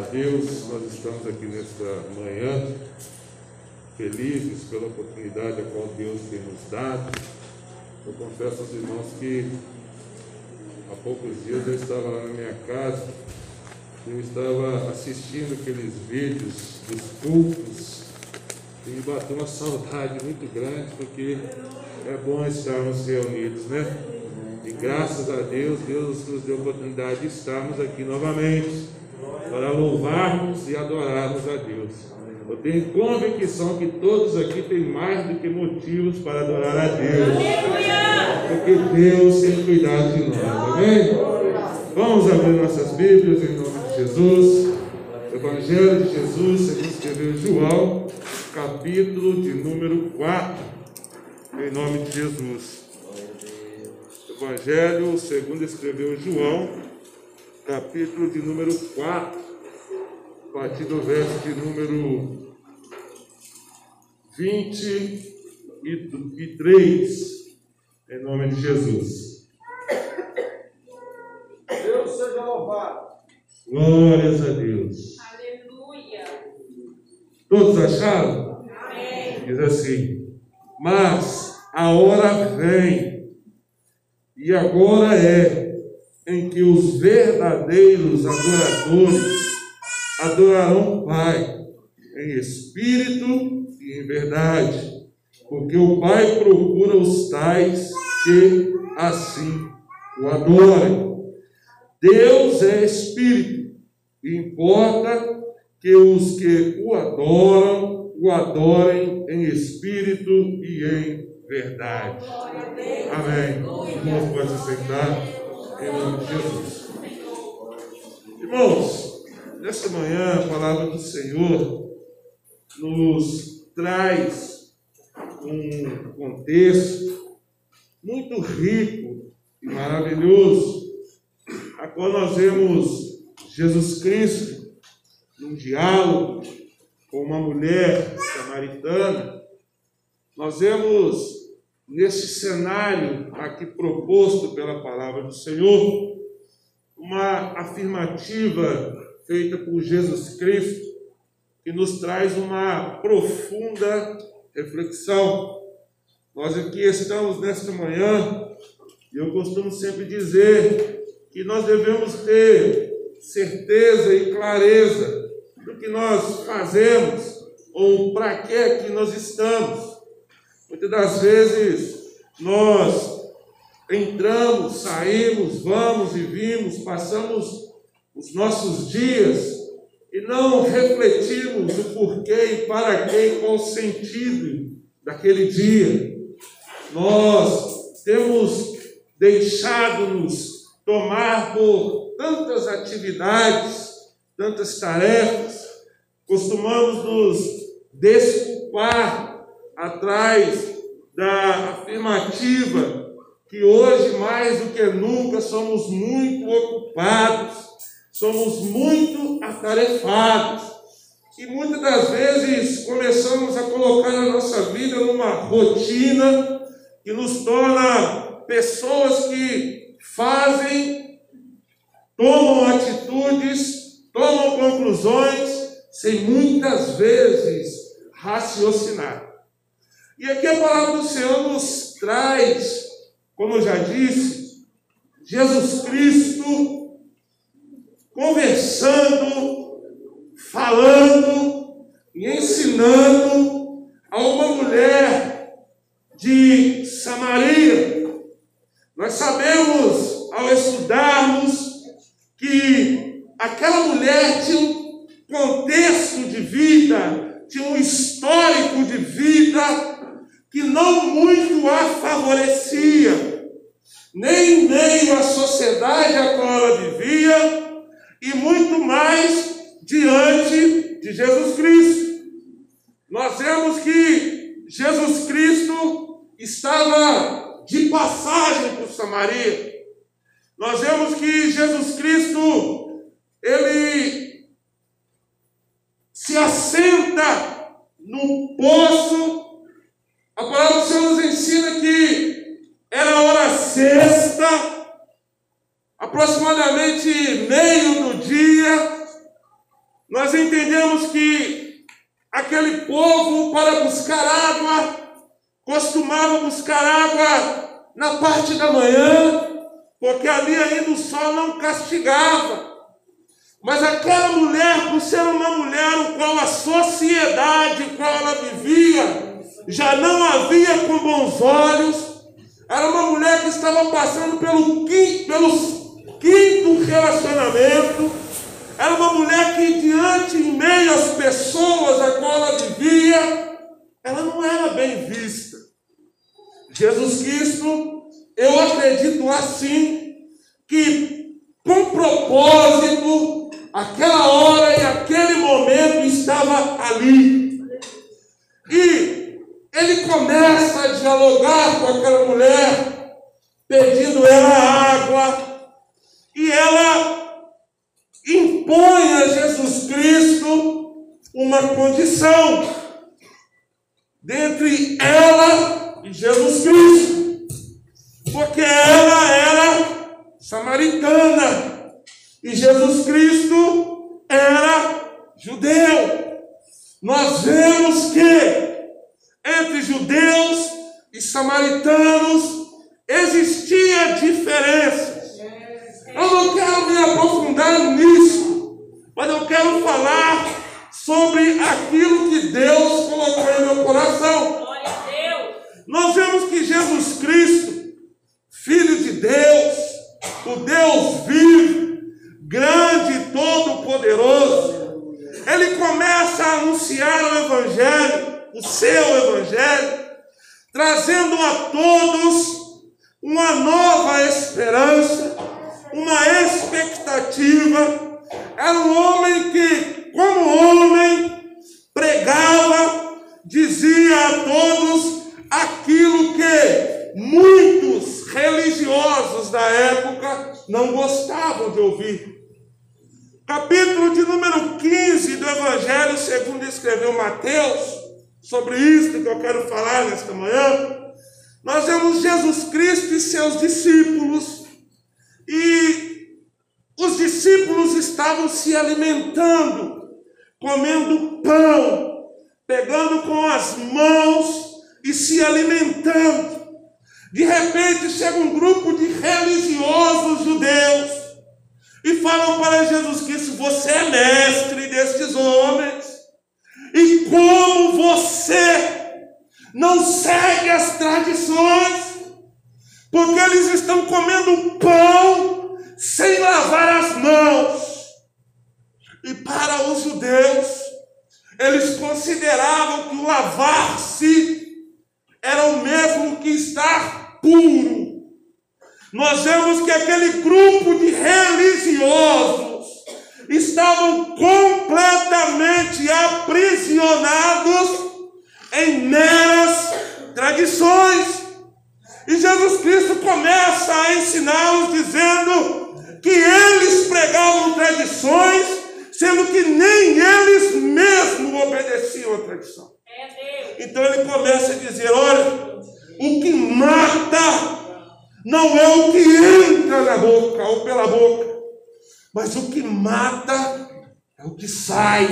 Deus, nós estamos aqui nesta manhã, felizes pela oportunidade a qual Deus tem nos dado. Eu confesso aos irmãos que há poucos dias eu estava lá na minha casa, eu estava assistindo aqueles vídeos dos cultos e me bateu uma saudade muito grande, porque é bom estarmos reunidos, né? E graças a Deus, Deus nos deu a oportunidade de estarmos aqui novamente para louvarmos e adorarmos a Deus. Eu tenho convicção que todos aqui têm mais do que motivos para adorar a Deus, porque Deus tem cuidado de nós, amém? Vamos abrir nossas Bíblias em nome de Jesus. Evangelho de Jesus, segundo escreveu João, capítulo de número 4, em nome de Jesus. Evangelho segundo escreveu João, capítulo de número 4, a partir do verso de número 23, em nome de Jesus. Deus seja louvado. Glórias a Deus. Aleluia. Todos acharam? Amém. Diz assim: mas a hora vem, e agora é, em que os verdadeiros adoradores adorarão o Pai em espírito e em verdade, porque o Pai procura os tais que assim o adorem. Deus é espírito, e importa que os que o adorem em espírito e em verdade. Amém. Irmãos, pode se sentar em nome de Jesus. Irmãos, nesta manhã a palavra do Senhor nos traz um contexto muito rico e maravilhoso, a qual nós vemos Jesus Cristo num diálogo com uma mulher samaritana. Nós vemos nesse cenário aqui proposto pela palavra do Senhor uma afirmativa feita por Jesus Cristo que nos traz uma profunda reflexão. Nós aqui estamos nesta manhã e eu costumo sempre dizer que nós devemos ter certeza e clareza do que nós fazemos ou para que aqui nós estamos. Muitas das vezes nós entramos, saímos, vamos e vimos, passamos os nossos dias e não refletimos o porquê e para quê e qual o sentido daquele dia. Nós temos deixado-nos tomar por tantas atividades, tantas tarefas, costumamos nos desculpar atrás da afirmativa que hoje, mais do que nunca, somos muito ocupados, somos muito atarefados, e muitas das vezes começamos a colocar a nossa vida numa rotina que nos torna pessoas que fazem, tomam atitudes, tomam conclusões, sem muitas vezes raciocinar. E aqui a palavra do Senhor nos traz, como eu já disse, Jesus Cristo conversando, falando e ensinando a uma mulher de Samaria. Nós sabemos, ao estudarmos, que aquela mulher tinha um contexto de vida, tinha um histórico de vida que não muito a favorecia, nem em meio à sociedade a qual ela vivia, e muito mais diante de Jesus Cristo. Nós vemos que Jesus Cristo estava de passagem por Samaria. Nós vemos que Jesus Cristo, ele se assenta num poço. A palavra do Senhor nos ensina que era hora sexta, aproximadamente meio do dia, nós entendemos que aquele povo, para buscar água, costumava buscar água na parte da manhã, porque ali ainda o sol não castigava. Mas aquela mulher, por ser uma mulher o qual a sociedade em qual ela vivia já não a via com bons olhos, era uma mulher que estava passando pelo quinto relacionamento, era uma mulher que diante, em meio às pessoas a qual ela vivia, ela não era bem vista. Jesus Cristo, eu acredito assim, que com propósito, aquela hora e aquele momento estava ali. E ele começa a dialogar com aquela mulher, pedindo ela água, e ela impõe a Jesus Cristo uma condição dentre ela e Jesus Cristo, porque ela era samaritana e Jesus Cristo era judeu. Nós vemos que entre judeus e samaritanos existia diferença. Eu não quero me aprofundar nisso, mas eu quero falar sobre aquilo que Deus colocou em meu coração. Glória a Deus. Nós vemos que Jesus Cristo, Filho de Deus, o Deus vivo, grande e todo-poderoso, ele começa a anunciar o Evangelho, o seu Evangelho, trazendo a todos uma nova esperança, uma expectativa. Era um homem que, como homem, pregava, dizia a todos aquilo que muitos religiosos da época não gostavam de ouvir. Capítulo de número 15 do Evangelho segundo escreveu Mateus, sobre isso que eu quero falar nesta manhã, nós vemos Jesus Cristo e seus discípulos, e os discípulos estavam se alimentando, comendo pão, pegando com as mãos e se alimentando. De repente chega um grupo de religiosos judeus e falam para Jesus Cristo: você é mestre destes homens, e como você não segue as tradições, porque eles estão comendo pão sem lavar as mãos. E para os judeus, eles consideravam que o lavar-se era o mesmo que estar puro. Nós vemos que aquele grupo de religiosos estavam completamente aprisionados em meras tradições. E Jesus Cristo começa a ensiná-los dizendo que eles pregavam tradições, sendo que nem eles mesmos obedeciam à tradição. Então ele começa a dizer: olha, o que mata não é o que entra na boca ou pela boca, mas o que mata é o que sai.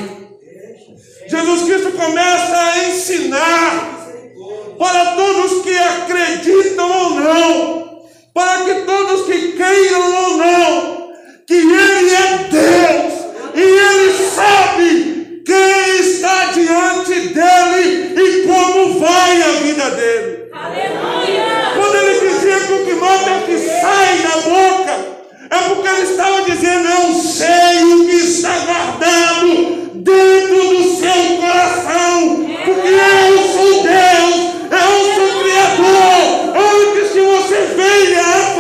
Jesus Cristo começa a ensinar para todos que acreditam ou não, para que todos que queiram ou não, que Ele é Deus e Ele sabe quem está diante dele e como vai a vida dele. Aleluia! Quando ele dizia que o que mata é o que sai da boca, é porque ele estava dizendo: eu sei o que está guardado dentro do seu coração, porque eu sou Deus, eu sou Criador. Antes que você venha a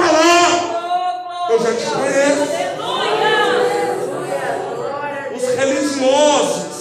falar, eu já te conheço. Os religiosos,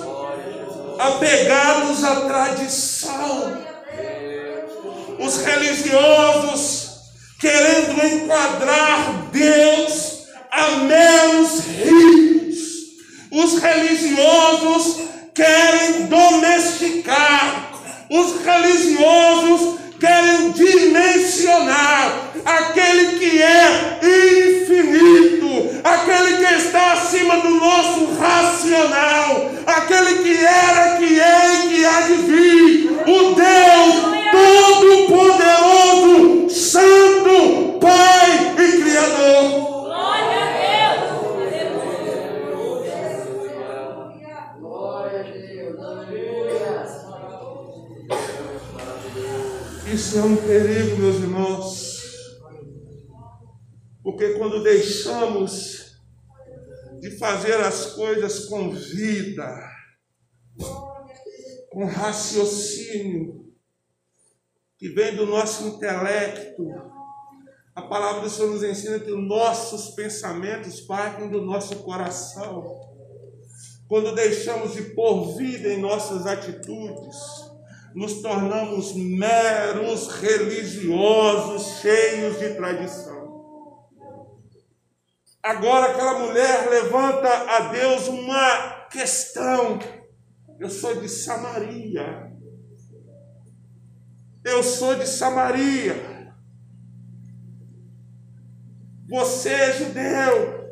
apegados à tradição, os religiosos querendo enquadrar Deus a meros ritos, os religiosos querem domesticar, os religiosos querem dimensionar aquele que é infinito, aquele que está acima do nosso racional, aquele que era, que é e que há de vir, o Deus Todo-Poderoso, Santo, Pai e Criador. Glória a Deus. Isso é um perigo, meus irmãos. Porque quando deixamos de fazer as coisas com vida, com raciocínio, que vem do nosso intelecto, a palavra do Senhor nos ensina que os nossos pensamentos partem do nosso coração. Quando deixamos de pôr vida em nossas atitudes, nos tornamos meros religiosos, cheios de tradição. Agora aquela mulher levanta a Deus uma questão. Eu sou de Samaria. Eu sou de Samaria. Você é judeu.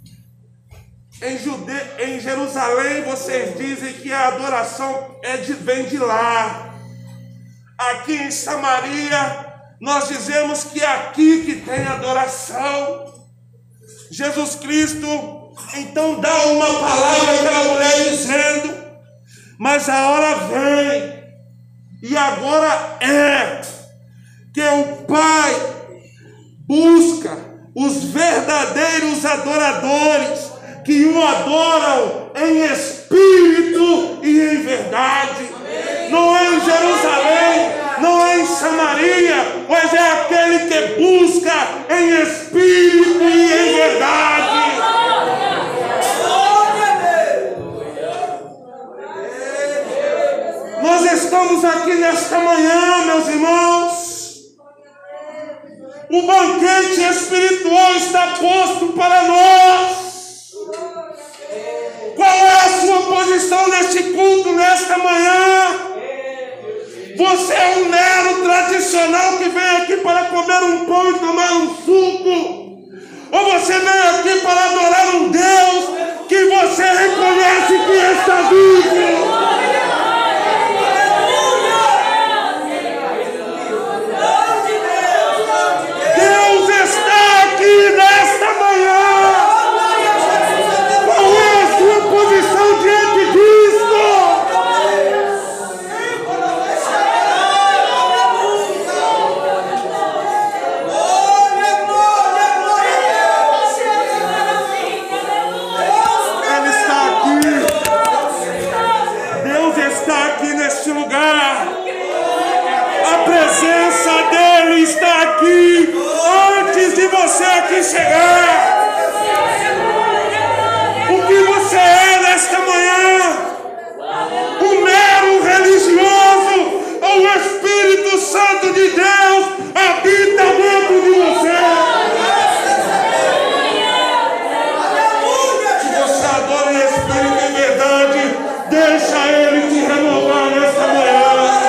Em Jerusalém vocês dizem que a adoração vem de lá. Aqui em Samaria nós dizemos que é aqui que tem adoração. Jesus Cristo então dá uma palavra àquela mulher dizendo: mas a hora vem, e agora é, que o Pai busca os verdadeiros adoradores, que o adoram em espírito e em verdade. Não é em Jerusalém, não é em Samaria, mas é aquele que busca em espírito e em verdade. Nós estamos aqui nesta manhã, meus irmãos. O banquete espiritual está posto para nós. Qual é a sua posição neste culto, nesta manhã? Você é um mero tradicional que vem aqui para comer um pão e tomar um suco? Ou você vem aqui para adorar um Deus que você reconhece que está vivo? Deus está aqui nesta manhã. Qual é a sua posição diante disso? Neste lugar, a presença dele está aqui antes de você aqui chegar. O que você é nesta manhã? Um mero religioso ou o Espírito Santo de Deus habita dentro de você? Se você adora em espírito e verdade, deixa ele te renovar nesta manhã.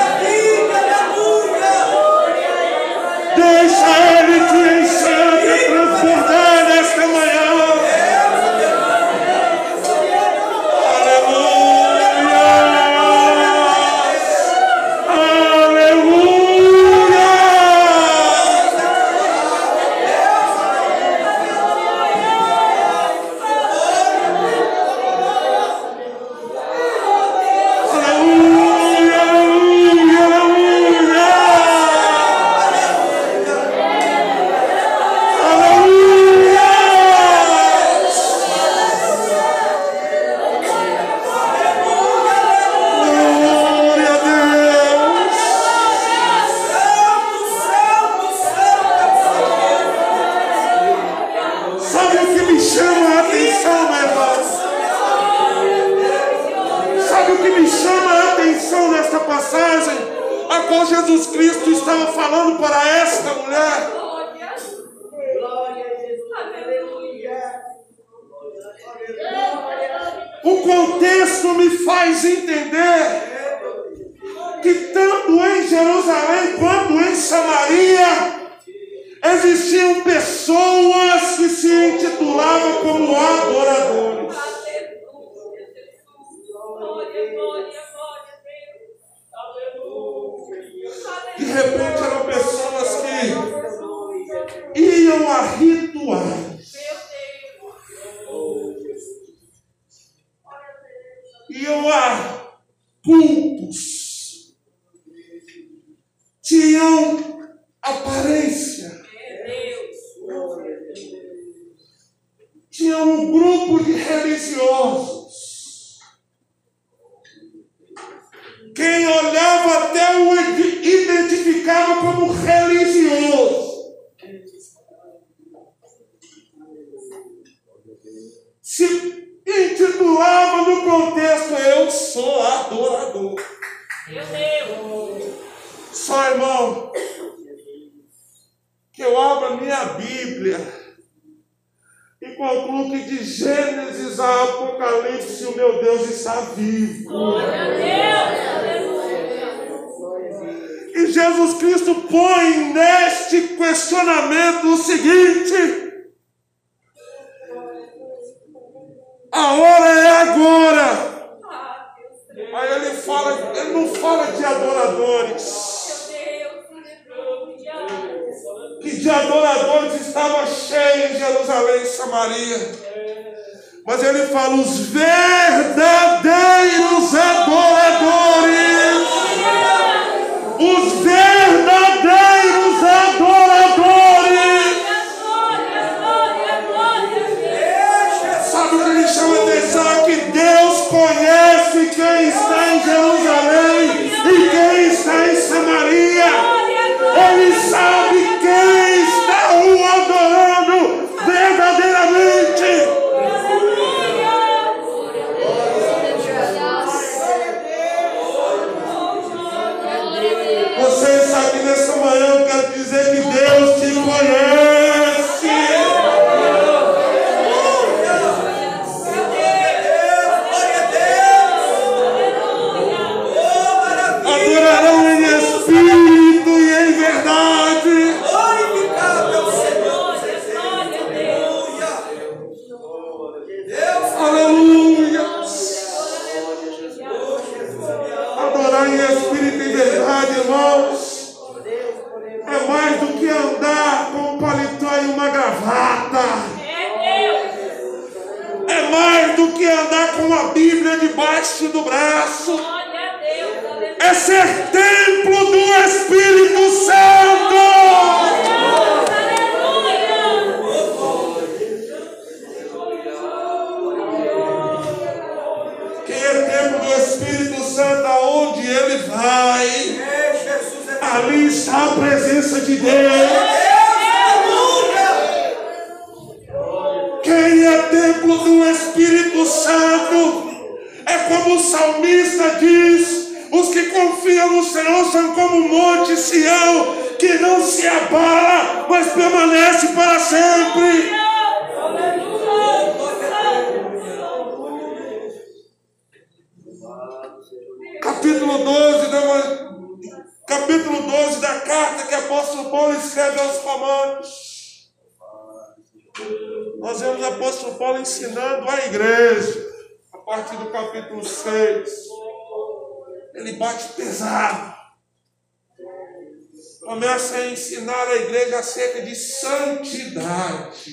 Deixa ele te encher, te transbordar nesta manhã. Aleluia! Aleluia! Jesus Cristo estava falando para esta mulher. O contexto me faz entender que tanto em Jerusalém quanto em Samaria existiam pessoas que se intitulavam como adoradores. De repente eram pessoas que iam a rituais, iam a cultos, tinham aparência, tinham um grupo de religiosos. Quem olhava até o identificava como religioso. Se intitulava no contexto, eu sou adorador. Meu Deus. Só, irmão, que eu abra minha Bíblia e concluo que de Gênesis a Apocalipse o meu Deus está vivo. Glória a Deus. E Jesus Cristo põe neste questionamento o seguinte: a hora é agora. Aí ele não fala de adoradores, que de adoradores estava cheio em Jerusalém e Samaria. Mas ele fala os verdadeiros adoradores. Os verdadeiros adoradores. Sabe o que me chama a atenção? É que Deus conhece quem está em Jerusalém e quem está em Samaria. Ele sabe quem está o adorando verdadeiramente. Você sabe que nessa manhã eu quero dizer que Deus te conhece. Adorarão em espírito e em verdade. Aleluia. Adorar em espírito e verdade, irmãos, é mais do que andar com um paletó e uma gravata. É mais do que andar com a Bíblia debaixo do braço. É ser templo do Espírito Santo. Quem é templo do Espírito Santo, aonde ele vai, ali está a presença de Deus. Quem é templo do Espírito Santo é como o salmista diz: os que confiam no Senhor são como o monte Sião, que não se abala, mas permanece para sempre. Capítulo 12 da carta que o apóstolo Paulo escreve aos Romanos. Nós vemos o apóstolo Paulo ensinando a igreja, a partir do capítulo 6. Ele bate pesado. Começa a ensinar a igreja acerca de santidade.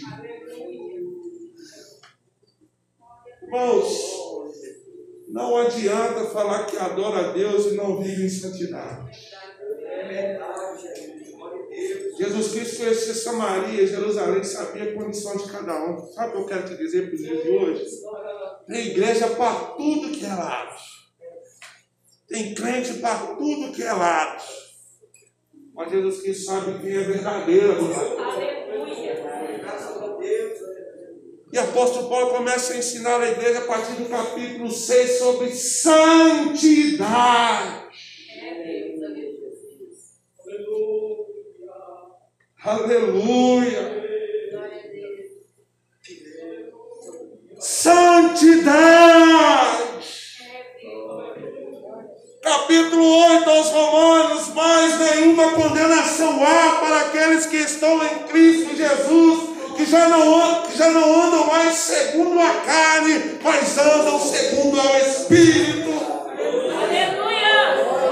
Irmãos, não adianta falar que adora a Deus e não vive em santidade. Jesus Cristo conhecia Samaria, Jerusalém, sabia a condição de cada um. Sabe o que eu quero te dizer para os dias de hoje? Tem igreja para tudo que é lado. Tem crente para tudo que é lado. Mas Jesus Cristo sabe quem é verdadeiro. E o apóstolo Paulo começa a ensinar a igreja a partir do capítulo 6 sobre santidade. Aleluia. Santidade. Capítulo 8 aos Romanos: mais nenhuma condenação há para aqueles que estão em Cristo Jesus, que já não andam mais segundo a carne, mas andam segundo ao Espírito. Aleluia!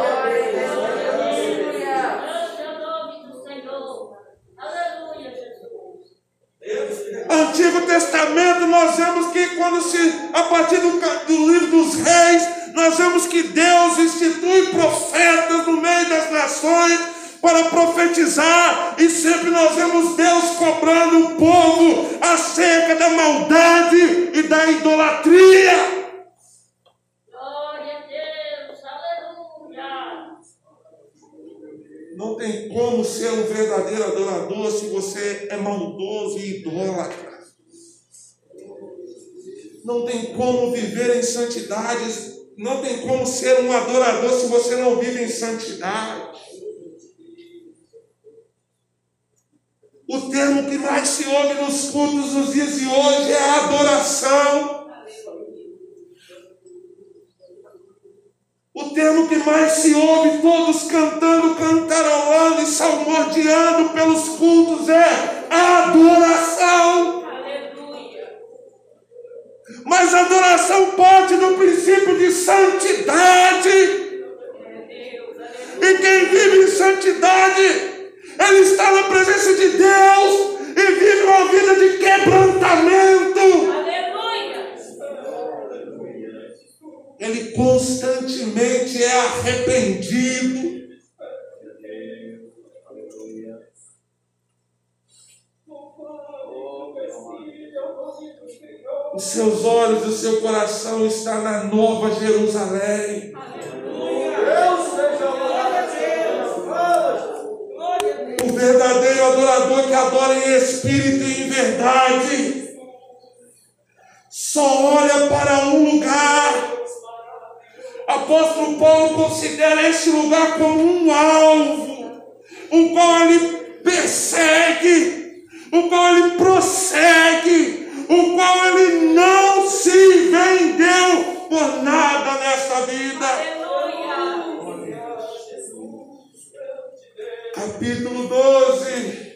Santo nome do Senhor. Aleluia, Jesus. Antigo Testamento, nós vemos que a partir do livro dos Reis, nós vemos que Deus institui profetas no meio das nações para profetizar, e sempre nós vemos Deus cobrando o povo acerca da maldade e da idolatria. Glória a Deus, aleluia. Não tem como ser um verdadeiro adorador se você é maldoso e idólatra. Não tem como viver em santidade, não tem como ser um adorador se você não vive em santidade. O termo que mais se ouve nos cultos nos dias de hoje é adoração. O termo que mais se ouve, todos cantando, cantarolando e salmodiando pelos cultos, é adoração. Aleluia. Mas a adoração parte do princípio de santidade. E quem vive em santidade, ele está na presença de Deus e vive uma vida de quebrantamento. Aleluia. Ele constantemente é arrependido. Os seus olhos, o seu coração está na Nova Jerusalém. O verdadeiro adorador que adora em espírito e em verdade só olha para um lugar. Apóstolo Paulo considera esse lugar como um alvo, o qual ele persegue, o qual ele prossegue, o qual ele não se vendeu por nada nessa vida. Capítulo 12.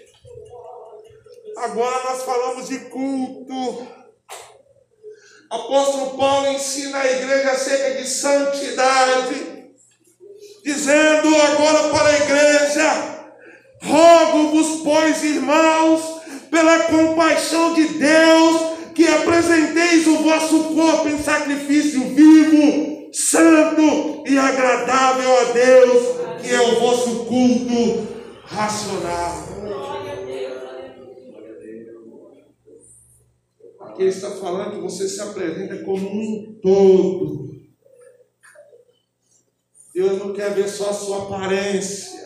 Agora nós falamos de culto. Apóstolo Paulo ensina a igreja acerca de santidade, dizendo agora para a igreja: rogo-vos, pois, irmãos, pela compaixão de Deus, que apresenteis o vosso corpo em sacrifício vivo, santo e agradável a Deus, que é o vosso culto racional. Aqui ele está falando que você se apresenta como um todo. Deus não quer ver só a sua aparência.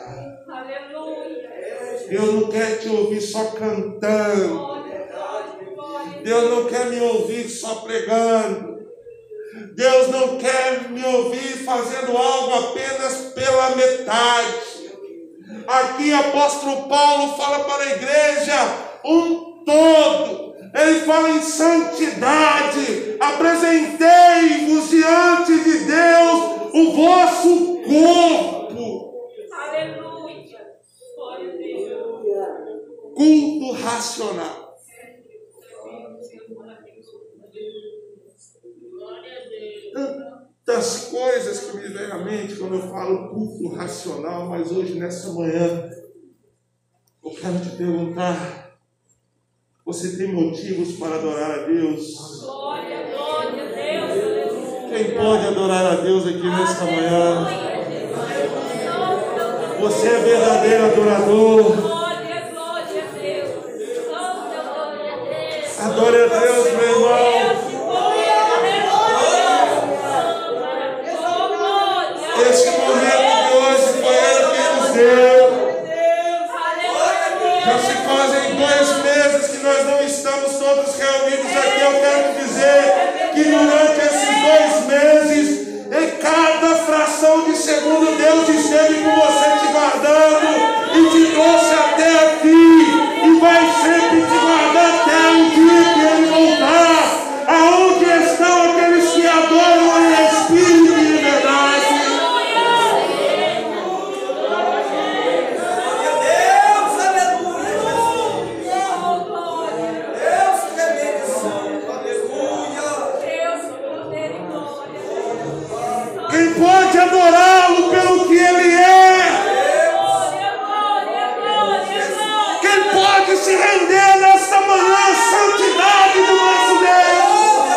Deus não quer te ouvir só cantando. Deus não quer me ouvir só pregando. Deus não quer me ouvir fazendo algo apenas pela metade. Aqui apóstolo Paulo fala para a igreja um todo. Ele fala em santidade. Apresentei-vos diante de Deus o vosso corpo. Aleluia. Glória a Deus. Culto racional. Tantas coisas que me vêm à mente quando eu falo culto racional, mas hoje, nessa manhã, eu quero te perguntar: você tem motivos para adorar a Deus? Glória, glória a Deus. Quem pode adorar a Deus aqui nesta manhã? Você é verdadeiro adorador. Glória, glória a Deus. Glória a Deus. Adore a Deus, meu irmão. Esse momento de hoje foi Ele quem nos deu. Já se fazem 2 meses que nós não estamos todos reunidos aqui. Eu quero dizer que durante esses 2 meses, em cada fração de segundo, Deus esteve com você, te guardando e te trouxe até aqui, e vai sempre te guardar até o dia que Ele voltar. Aonde estão aqueles que adoram em espírito e em verdade? se render nesta manhã à santidade do nosso Deus.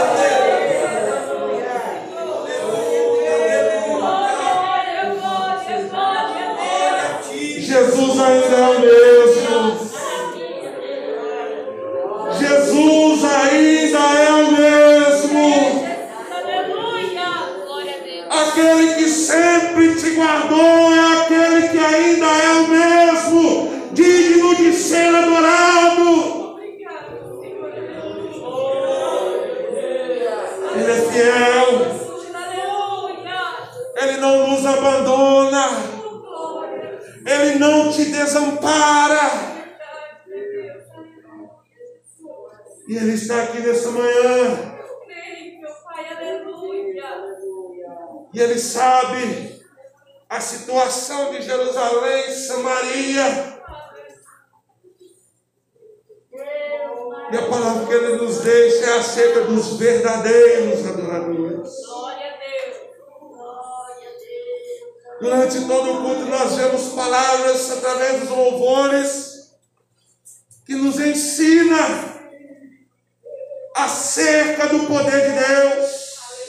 Jesus ainda é o mesmo. Jesus ainda é o mesmo. Aquele que sempre te guardou é aquele que ainda é o mesmo, digno de ser adorado. Ele é fiel. Ele não nos abandona. Ele não te desampara. E Ele está aqui nessa manhã. E Ele sabe a situação de Jerusalém, Samaria. E a palavra que Ele nos deixa é acerca dos verdadeiros adoradores. Durante todo o culto nós vemos palavras através dos louvores que nos ensina acerca do poder de Deus.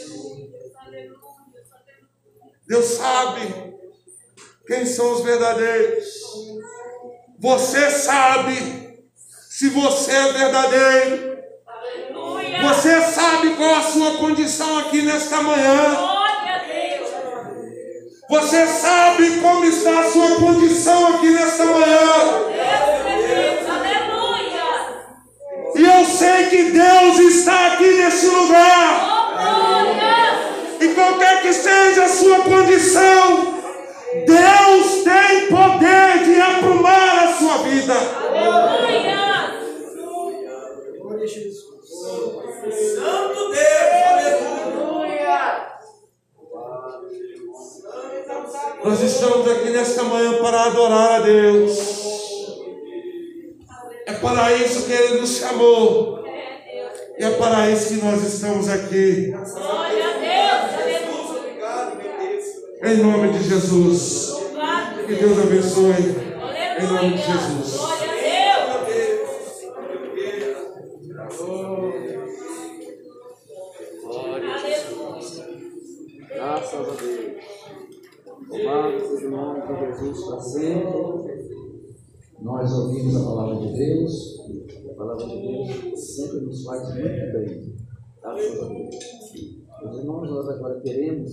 Deus sabe quem são os verdadeiros. Você sabe se você é verdadeiro. Você sabe qual a sua condição aqui nesta manhã. Você sabe como está a sua condição aqui nesta manhã. E eu sei que Deus está aqui nesse lugar. E qualquer que seja a sua condição, Deus tem poder de aprumar a sua vida. Santo Deus, aleluia. Nós estamos aqui nesta manhã para adorar a Deus. É para isso que Ele nos chamou. E é para isso que nós estamos aqui. Em nome de Jesus. Que Deus abençoe. Em nome de Jesus. Graças a Deus. Louvado seja o nome de Jesus para sempre. Nós ouvimos a palavra de Deus. A palavra de Deus sempre nos faz muito bem. Graças a Deus. Meus irmãos, nós agora queremos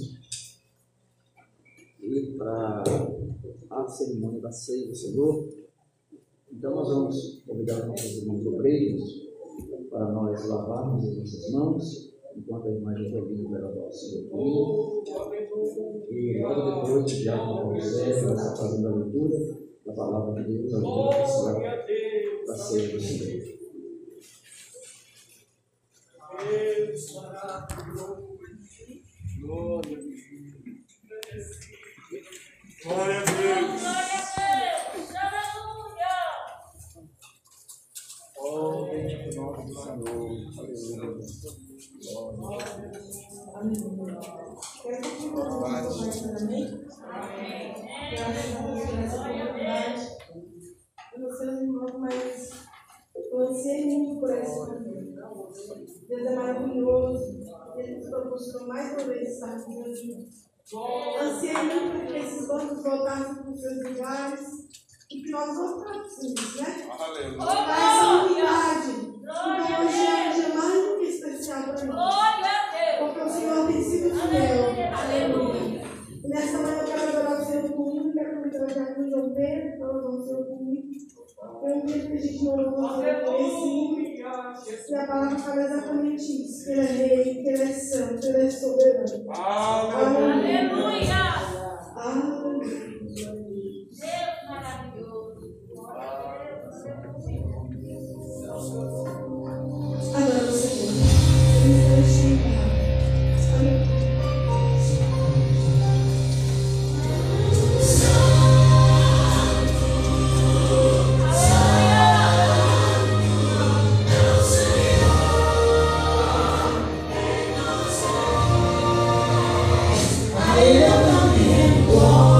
ir para a cerimônia da ceia do Senhor. Então nós vamos convidar os nossos irmãos obreiros para nós lavarmos as nossas mãos, enquanto a imagem está vindo para o nosso Senhor. E logo depois de diácono José vai estar fazendo a leitura da palavra de Deus, a leitura da ceia do Senhor. Glória a Deus. Oh, bendito o nome do Senhor. Vocês, irmãos, mas conhecer muito por esse caminho. Deus é maravilhoso. Ele nos proporcionou mais uma vez estar aqui hoje. Ansiei muito que esses bancos voltassem para os seus lugares e que nós voltássemos, né? Mas a unidade. Então hoje é um dia mais do que especial para mim. Porque o Senhor tem sido fiel. Aleluia. E nessa manhã eu quero adorar o Senhor comigo, quero convidar o Diácono João Pedro para adorar o Senhor comigo. Foi um dia que a gente não louvou o Senhor conhecido. E a palavra fala exatamente isso. Que Ele é rei, que Ele é santo, que Ele é soberano. Aleluia! Aleluia. Deus maravilhoso. Adoro o Senhor. Ele está chegando. Aleluia. Ele é o caminho.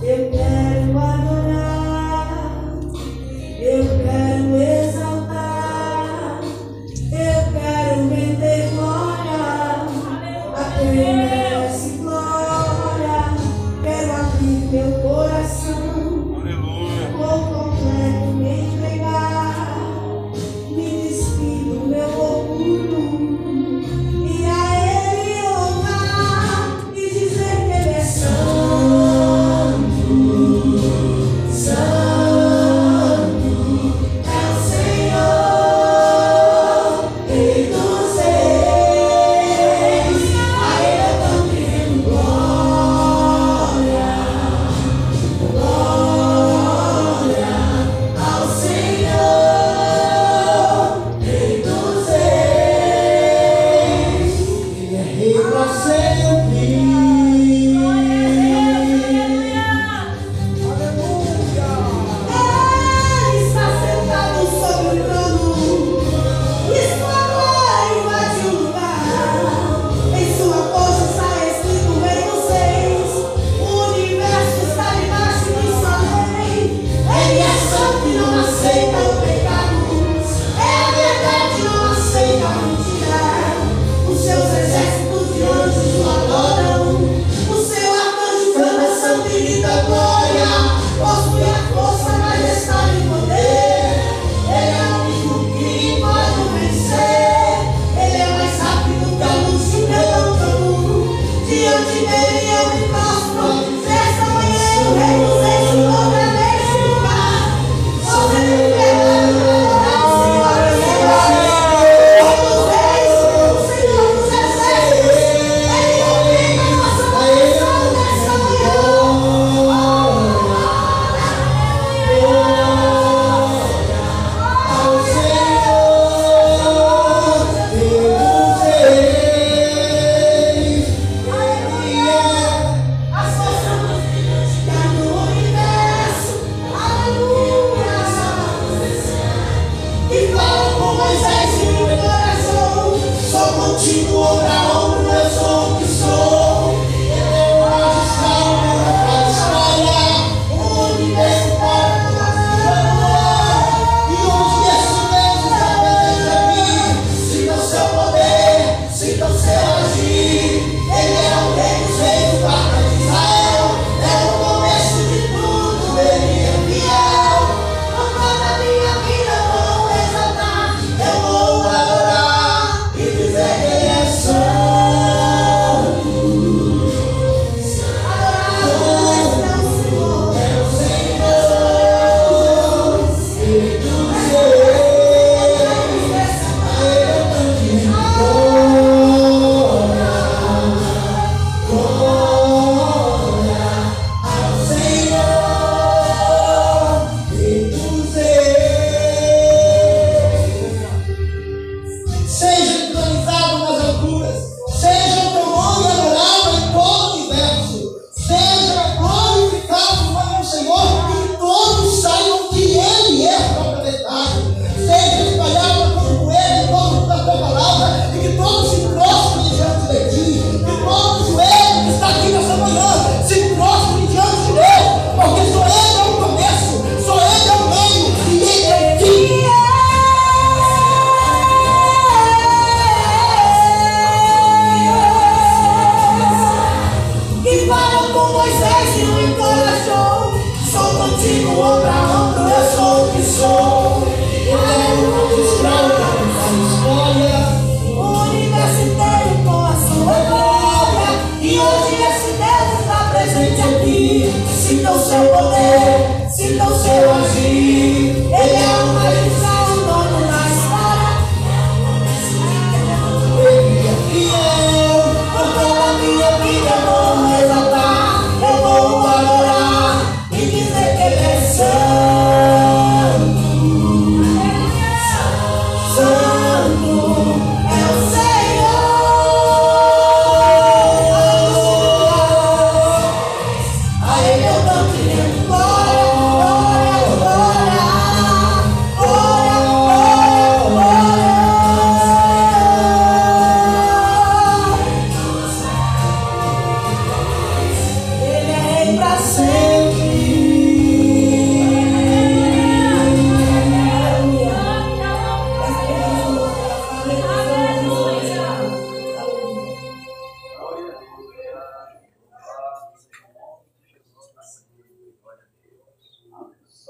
Eu quero adorar, eu quero exaltar, eu quero render glória a quem merece glória. Quero abrir meu coração, por completo me entregar, me despir do meu orgulho e a Ele louvar e dizer que Ele é santo, santo é o Senhor, Rei dos reis. A Ele eu canto e rendo glória, glória ao Senhor, Rei dos reis. Ele é Rei pra sempre. Ele está sentado sobre o trono, e sua glória invade o lugar. Em sua coxa está escrito Rei dos reis. O universo está debaixo de sua lei. Ele é santo e não aceita o pecado. É a verdade, não aceita a mentira. Os seus exércitos de anjos o adoram. O seu arcanjo canta santo e grita glória. Possui a força, majestade e poder. Ele é o único que pode o vencer. Ele é mais rápido que a luz de um relâmpago. Diante dele eu me prostro. Nesta manhã o Rei dos reis se encontra neste lugar. Você me perdoa, Senhor dos senhores. Rei dos reis, o Senhor dos exércitos. Ele obriga a nossa adoração nesta manhã. As forças que há no universo, aleluia. E fala com Moisés e meu coração. Sou contigo, ombro a ombro, eu sou o que sou. Ele é o magistral, a história. O universo para e onde esse Deus está presente aqui. Sinta o seu poder, sinta o seu agir. Ele é o Rei dos reis, o Papa de Israel. É o começo de tudo, Ele é fiel. Por toda a minha vida eu vou exaltar, eu vou adorar e dizer que Ele é santo. Adorado é o Senhor, Rei dos seja entronizado nas alturas, seja o teu nome adorado em todo o universo, seja glorificado o nome do Senhor e que todos saibam que Ele é a própria verdade, seja espalhado por todo ele, todo da tua palavra, e que todos se prostrem diante de ti, que todo joelho que está aqui nessa manhã se prostre diante de Deus, porque só Ele é o começo, só Ele é o meio e Ele é o fim. Que fala com Moisés e o encorajou. Sou contigo, ombro a ombro, eu sou o que sou. Eu levo o magistral da história. O universo inteiro com a sua glória. E hoje esse Deus está presente aqui. Sinta o seu poder, sinta o seu agir. Ele é o magistral, o dono da história. Ele é fiel. Por toda a minha vida eu vou exaltar, eu vou adorar e dizer que Ele é santo. Santo é o Senhor. A Ele eu canto e rendo glória, glória, glória, glória, glória, glória. Ele é Rei pra sempre.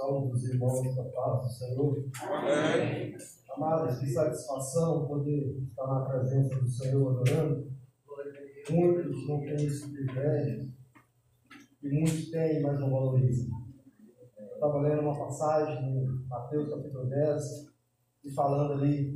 Saúde os irmãos da paz do Senhor. Amém. Amados, que satisfação poder estar na presença do Senhor adorando. Muitos não têm esse privilégio e muitos têm, mas não valorizam. Eu estava lendo uma passagem em Mateus capítulo 10 e falando ali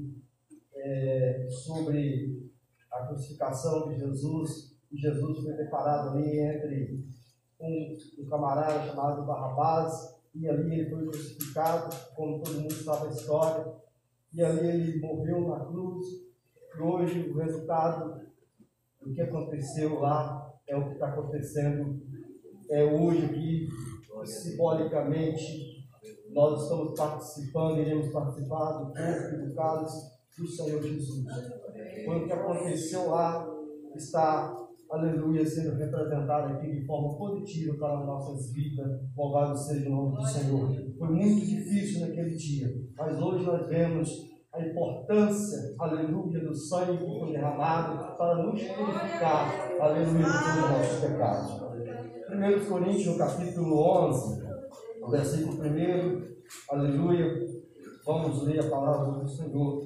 sobre a crucificação de Jesus. E Jesus foi deparado ali entre um camarada chamado Barrabás, e ali ele foi crucificado, como todo mundo sabe a história, e ali ele morreu na cruz. E hoje o resultado do que aconteceu lá é o que está acontecendo hoje aqui, simbolicamente. Nós estamos participando, iremos participar do corpo e do cálice do Senhor Jesus. Quando o que aconteceu lá está, aleluia, sendo representado aqui de forma positiva para as nossas vidas. Louvado seja o nome do Senhor. Foi muito difícil naquele dia, mas hoje nós vemos a importância, aleluia, do sangue que foi derramado para nos purificar, aleluia, de todos os nossos pecados. 1 Coríntios, capítulo 11, versículo 1, aleluia, vamos ler a palavra do Senhor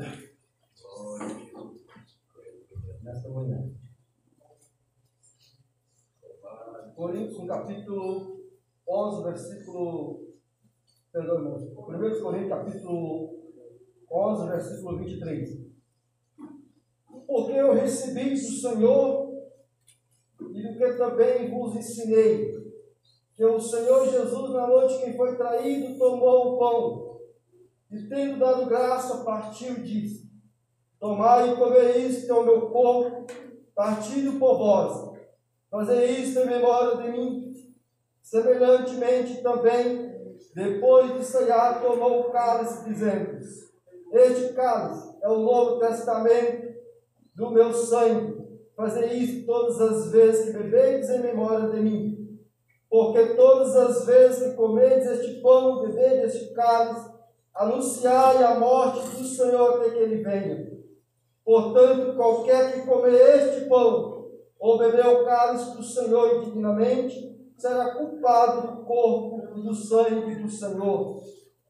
nesta manhã. Coríntios, capítulo 11, versículo, perdão, irmãos, 1 Coríntios, capítulo 11, versículo 23. Porque eu recebi do Senhor e do que também vos ensinei, que o Senhor Jesus, na noite que foi traído, tomou o pão e, tendo dado graça, partiu e disse: tomai e comei isto, que é o meu corpo, partido por vós. Fazei isto em memória de mim. Semelhantemente também, depois de ceiar, tomou o cálice, dizendo: este cálice é o Novo Testamento do meu sangue. Fazei isto todas as vezes que bebedes em memória de mim. Porque todas as vezes que comedes este pão, bebedes este cálice, anunciai a morte do Senhor até que ele venha. Portanto, qualquer que comer este pão ou beber o cálice do Senhor indignamente, será culpado do corpo e do sangue do Senhor.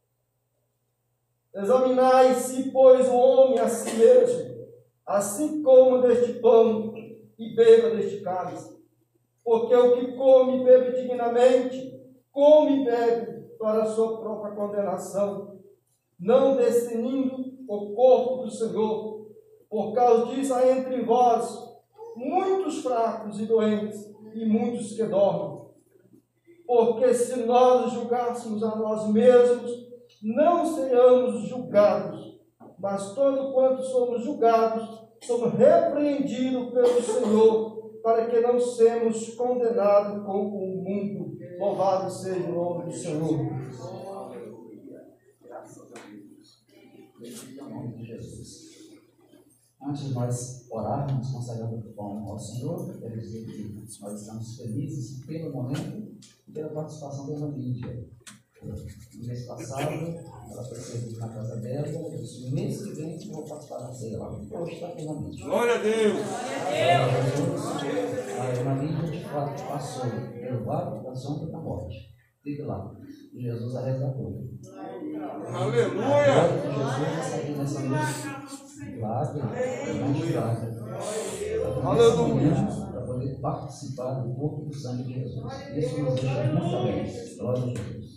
Examinai-se, pois, o homem a si mesmo, assim coma deste pão e beba deste cálice. Porque o que come e bebe dignamente, come e bebe para a sua própria condenação, não discernindo o corpo do Senhor. Por causa disso há entre vós muitos fracos e doentes, e muitos que dormem. Porque se nós julgássemos a nós mesmos, não seremos julgados, mas todo quanto somos julgados, somos repreendidos pelo Senhor, para que não sejamos condenados com o mundo. Louvado seja o nome do Senhor. Em nome de Jesus. Antes de nós orarmos, consagrando o pão ao Senhor, quero dizer que nós estamos felizes pelo momento e pela participação da mídia. No mês passado, ela foi servida na casa dela, no mês que vem eu vou participar da ceia lá. Hoje está pela mídia. Glória a Deus! A irmã Lídia de fato passou pelo vale da sombra da morte. Fique lá. E Jesus a resgatou. Aleluia! Jesus está aqui nessa noite. Milagre, Aleluia! Para poder participar do corpo e do sangue de Jesus. Isso nos deixa muito alegres. Glória a Jesus.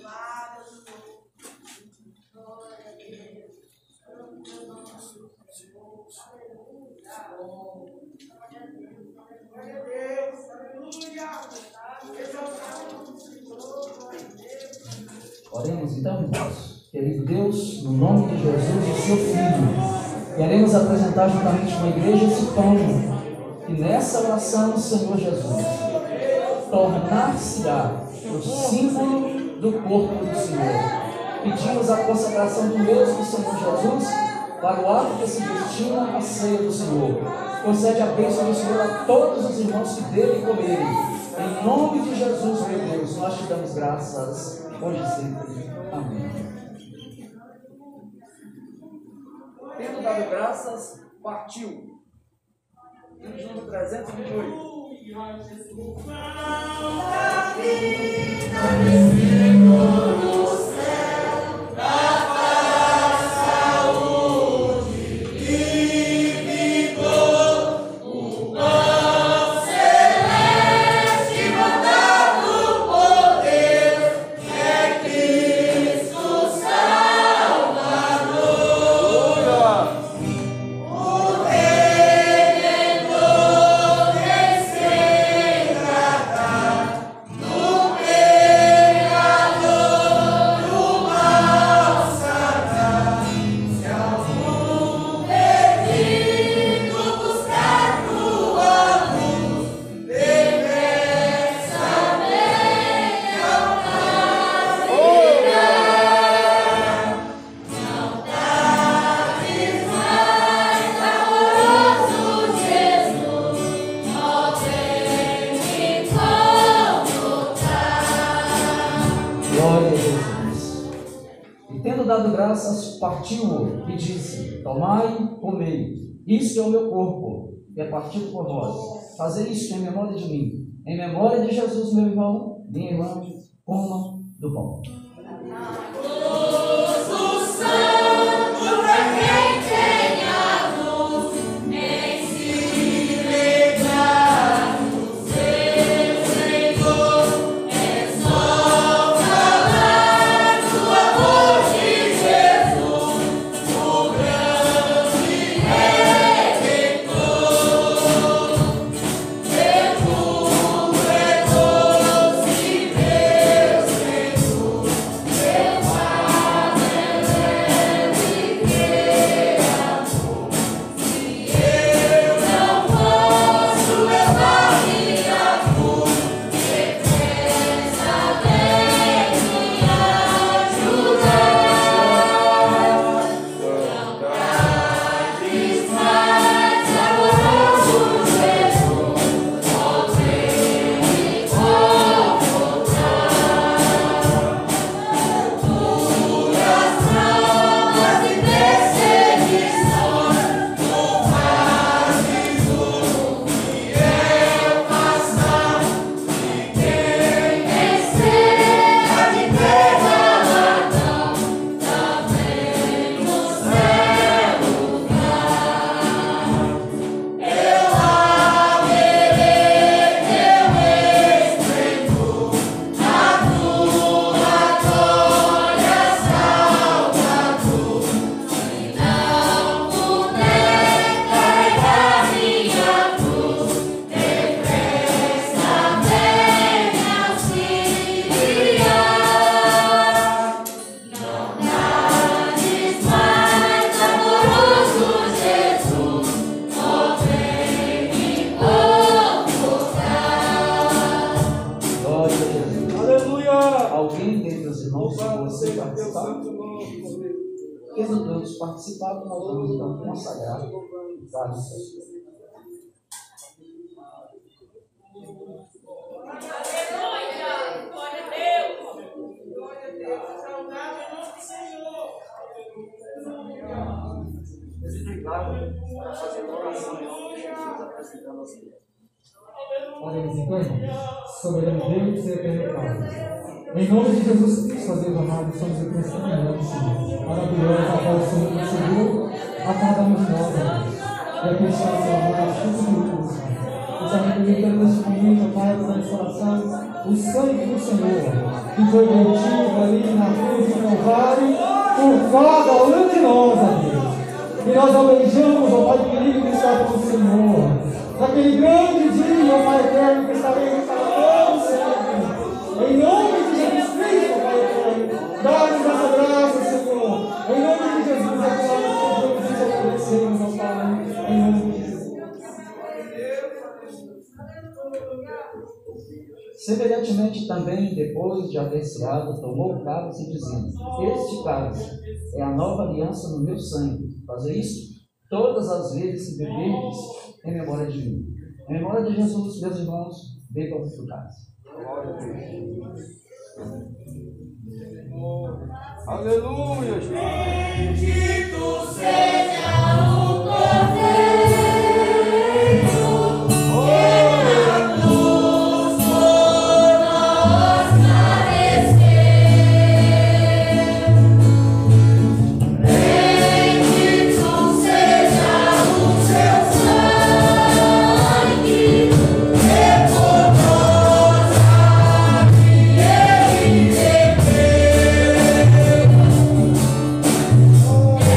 Oremos então, irmãos. Querido Deus, no nome de Jesus, o seu Filho, queremos apresentar juntamente com a igreja esse pão, e nessa oração, Senhor Jesus, tornar-se-á o símbolo do corpo do Senhor. Pedimos a consagração do mesmo Senhor Jesus para o ato que se destina à ceia do Senhor. Concede a bênção do Senhor a todos os irmãos que dele comerem. Em nome de Jesus, meu Deus, nós te damos graças, hoje e sempre. Amém. Tendo dado graças, partiu. Hino número 328. A vida Glória a Jesus. E tendo dado graças, partiu-o e disse: tomai, comei, isto é o meu corpo, que é partido por vós. Fazei isto em memória de mim. Em memória de Jesus, meu irmão, minha irmã, coma do pão. Tendo todos participado, nós vamos então consagrar cada pessoa. Aleluia! Glória a Deus! Glória a Deus. Saudável em nome do Senhor. Oremos então, irmãos. Soberano Deus e eterno Pai. Em nome de Jesus Cristo, Deus amado, estamos aqui nesta manhã, Senhor. Maravilhosa, a qual o Senhor concedeu a cada um de nós, amigos. E aqui está, Senhor, amado, tudo de Deus, Senhor. Nos arrependendo neste momento, Pai, do nosso coração, o sangue do Senhor, que foi vertido ali na cruz do Calvário, por cada um de nós, amigos. E nós almejamos, ó Pai querido, que está com o Senhor. Naquele grande dia, ó Pai eterno, que estaremos para todos sempre. Em nome de Jesus Cristo, Pai eterno, dá-nos essa graça, Senhor. Em nome de Jesus, acolamos que te agradecemos, ó Pai. Em nome de Jesus. Semelhantemente também, depois de haver ceado, tomou o cálice, dizendo: este cálice é a nova aliança no meu sangue. Fazer isso todas as vezes que beberdes em memória de mim. Em memória de Jesus, meus irmãos, bebam do cálice. Aleluia, Bendito seja o Cordeiro. Yeah.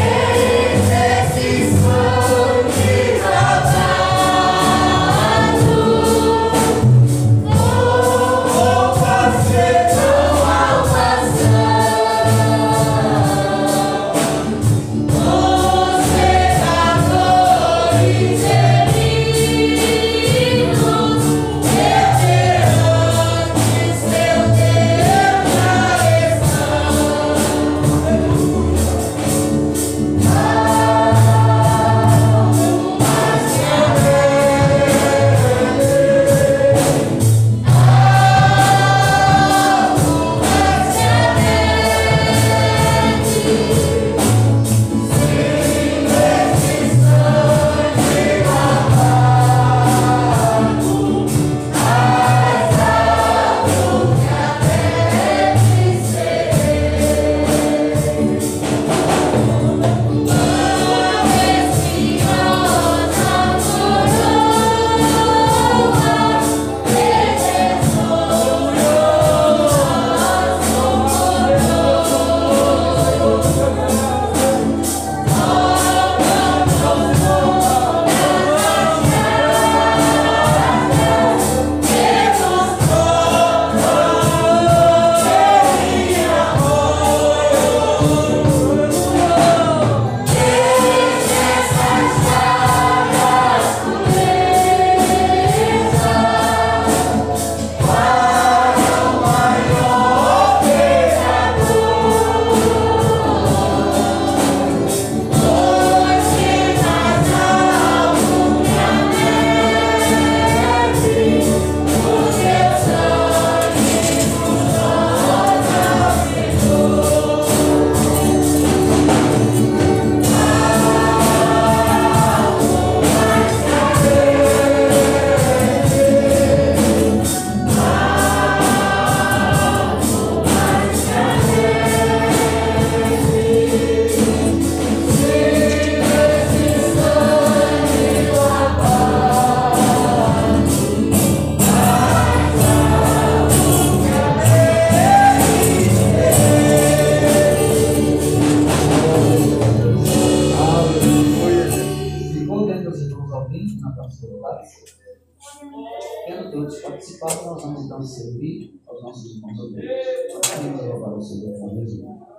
todos participaram, nós vamos então servir aos nossos irmãos obreiros. Vamos louvar o Senhor com Jesus.